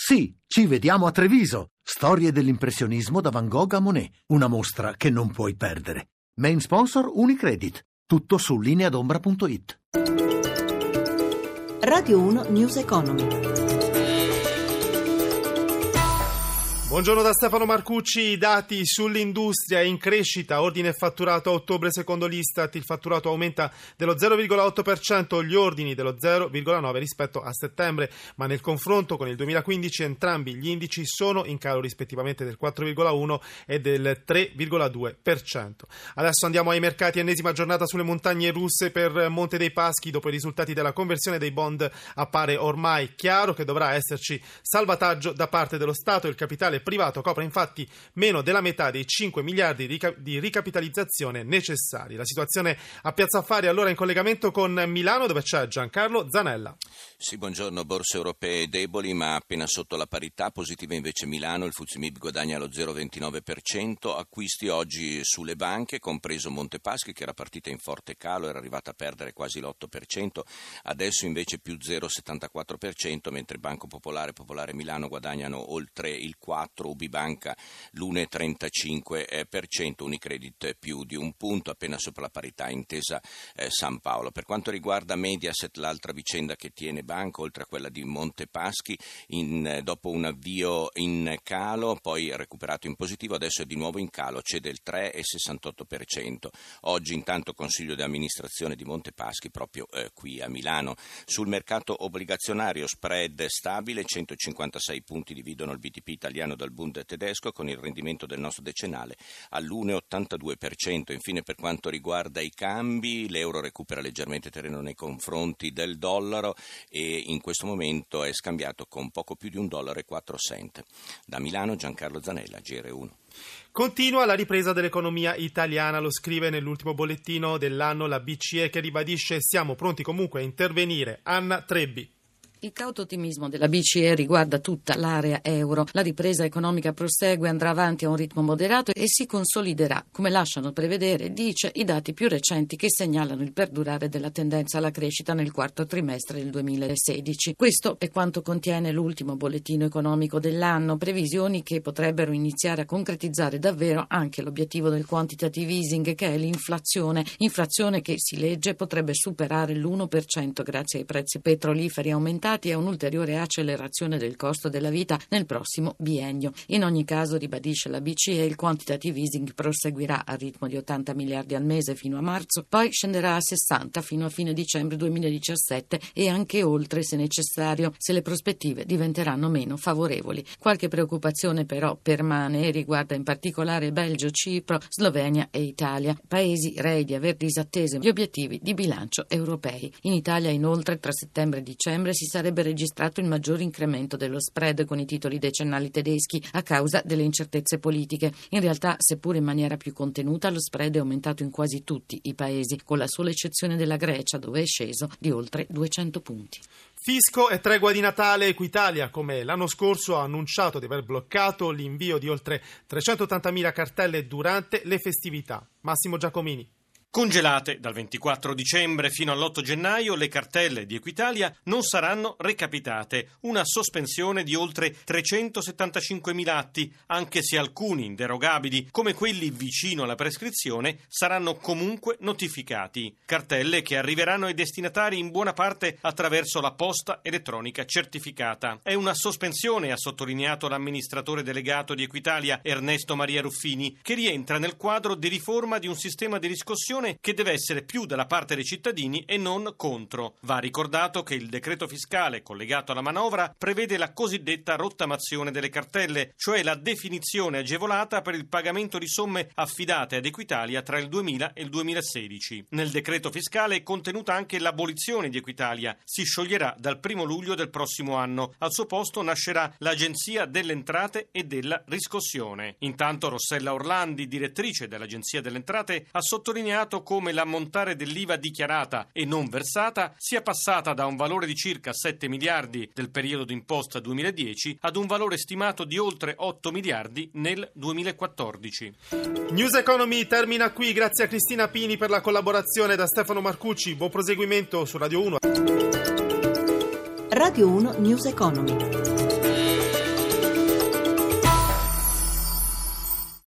Sì, ci vediamo a Treviso. Storie dell'impressionismo da Van Gogh a Monet. Una mostra che non puoi perdere. Main sponsor Unicredit. Tutto su lineadombra.it. Radio 1 News Economy. Buongiorno da Stefano Marcucci. I dati sull'industria in crescita, ordine e fatturato a ottobre secondo l'Istat. Il fatturato aumenta dello 0,8%, gli ordini dello 0,9% rispetto a settembre, ma nel confronto con il 2015 entrambi gli indici sono in calo rispettivamente del 4,1% e del 3,2%. Adesso andiamo ai mercati. Ennesima giornata sulle montagne russe per Monte dei Paschi. Dopo i risultati della conversione dei bond appare ormai chiaro che dovrà esserci salvataggio da parte dello Stato. Il capitale privato copre infatti meno della metà dei 5 miliardi di ricapitalizzazione necessari. La situazione a Piazza Affari allora in collegamento con Milano, dove c'è Giancarlo Zanella. Sì, buongiorno. Borse europee deboli ma appena sotto la parità, positiva invece Milano, il FTSE MIB guadagna lo 0,29%, acquisti oggi sulle banche, compreso Monte Paschi che era partita in forte calo, era arrivata a perdere quasi l'8%, adesso invece più 0,74%, mentre Banco Popolare, Popolare Milano guadagnano oltre il 4%, Ubibanca l'1,35%, Unicredit più di un punto, appena sopra la parità, Intesa San Paolo. Per quanto riguarda Mediaset, l'altra vicenda che tiene banco, oltre a quella di Monte Paschi, dopo un avvio in calo, poi recuperato in positivo, adesso è di nuovo in calo, cede il 3,68%. Oggi intanto consiglio di amministrazione di Monte Paschi proprio qui a Milano. Sul mercato obbligazionario spread stabile, 156 punti dividono il BTP italiano dal Bund tedesco, con il rendimento del nostro decennale all'1,82%. Infine, per quanto riguarda i cambi, l'euro recupera leggermente terreno nei confronti del dollaro e in questo momento è scambiato con poco più di $1,04. Da Milano Giancarlo Zanella, GR1. Continua la ripresa dell'economia italiana, lo scrive nell'ultimo bollettino dell'anno la BCE, che ribadisce: siamo pronti comunque a intervenire. Anna Trebbi. Il cauto ottimismo della BCE riguarda tutta l'area euro. La ripresa economica prosegue, andrà avanti a un ritmo moderato e si consoliderà, come lasciano prevedere, dice, i dati più recenti che segnalano il perdurare della tendenza alla crescita nel quarto trimestre del 2016. Questo è quanto contiene l'ultimo bollettino economico dell'anno, previsioni che potrebbero iniziare a concretizzare davvero anche l'obiettivo del quantitative easing, che è l'inflazione. Inflazione che, si legge, potrebbe superare l'1% grazie ai prezzi petroliferi aumentati e a un'ulteriore accelerazione del costo della vita nel prossimo biennio. In ogni caso, ribadisce la BCE, il quantitative easing proseguirà a ritmo di 80 miliardi al mese fino a marzo, poi scenderà a 60 fino a fine dicembre 2017 e anche oltre se necessario, se le prospettive diventeranno meno favorevoli. Qualche preoccupazione però permane e riguarda in particolare Belgio, Cipro, Slovenia e Italia, paesi rei di aver disatteso gli obiettivi di bilancio europei. In Italia, inoltre, tra settembre e dicembre si sarebbe registrato il maggior incremento dello spread con i titoli decennali tedeschi a causa delle incertezze politiche. In realtà, seppur in maniera più contenuta, lo spread è aumentato in quasi tutti i paesi, con la sola eccezione della Grecia, dove è sceso di oltre 200 punti. Fisco e tregua di Natale. Equitalia, come l'anno scorso, ha annunciato di aver bloccato l'invio di oltre 380.000 cartelle durante le festività. Massimo Giacomini. Congelate dal 24 dicembre fino all'8 gennaio, le cartelle di Equitalia non saranno recapitate, una sospensione di oltre 375.000 atti, anche se alcuni inderogabili, come quelli vicino alla prescrizione, saranno comunque notificati. Cartelle che arriveranno ai destinatari in buona parte attraverso la posta elettronica certificata. È una sospensione, ha sottolineato l'amministratore delegato di Equitalia, Ernesto Maria Ruffini, che rientra nel quadro di riforma di un sistema di riscossione che deve essere più dalla parte dei cittadini e non contro. Va ricordato che il decreto fiscale collegato alla manovra prevede la cosiddetta rottamazione delle cartelle, cioè la definizione agevolata per il pagamento di somme affidate ad Equitalia tra il 2000 e il 2016. Nel decreto fiscale è contenuta anche l'abolizione di Equitalia. Si scioglierà dal 1 luglio del prossimo anno. Al suo posto nascerà l'Agenzia delle Entrate e della Riscossione. Intanto Rossella Orlandi, direttrice dell'Agenzia delle Entrate, ha sottolineato come l'ammontare dell'IVA dichiarata e non versata sia passata da un valore di circa 7 miliardi del periodo d'imposta 2010 ad un valore stimato di oltre 8 miliardi nel 2014. News Economy termina qui, grazie a Cristina Pini per la collaborazione, da Stefano Marcucci. Buon proseguimento su Radio 1. Radio 1 News Economy.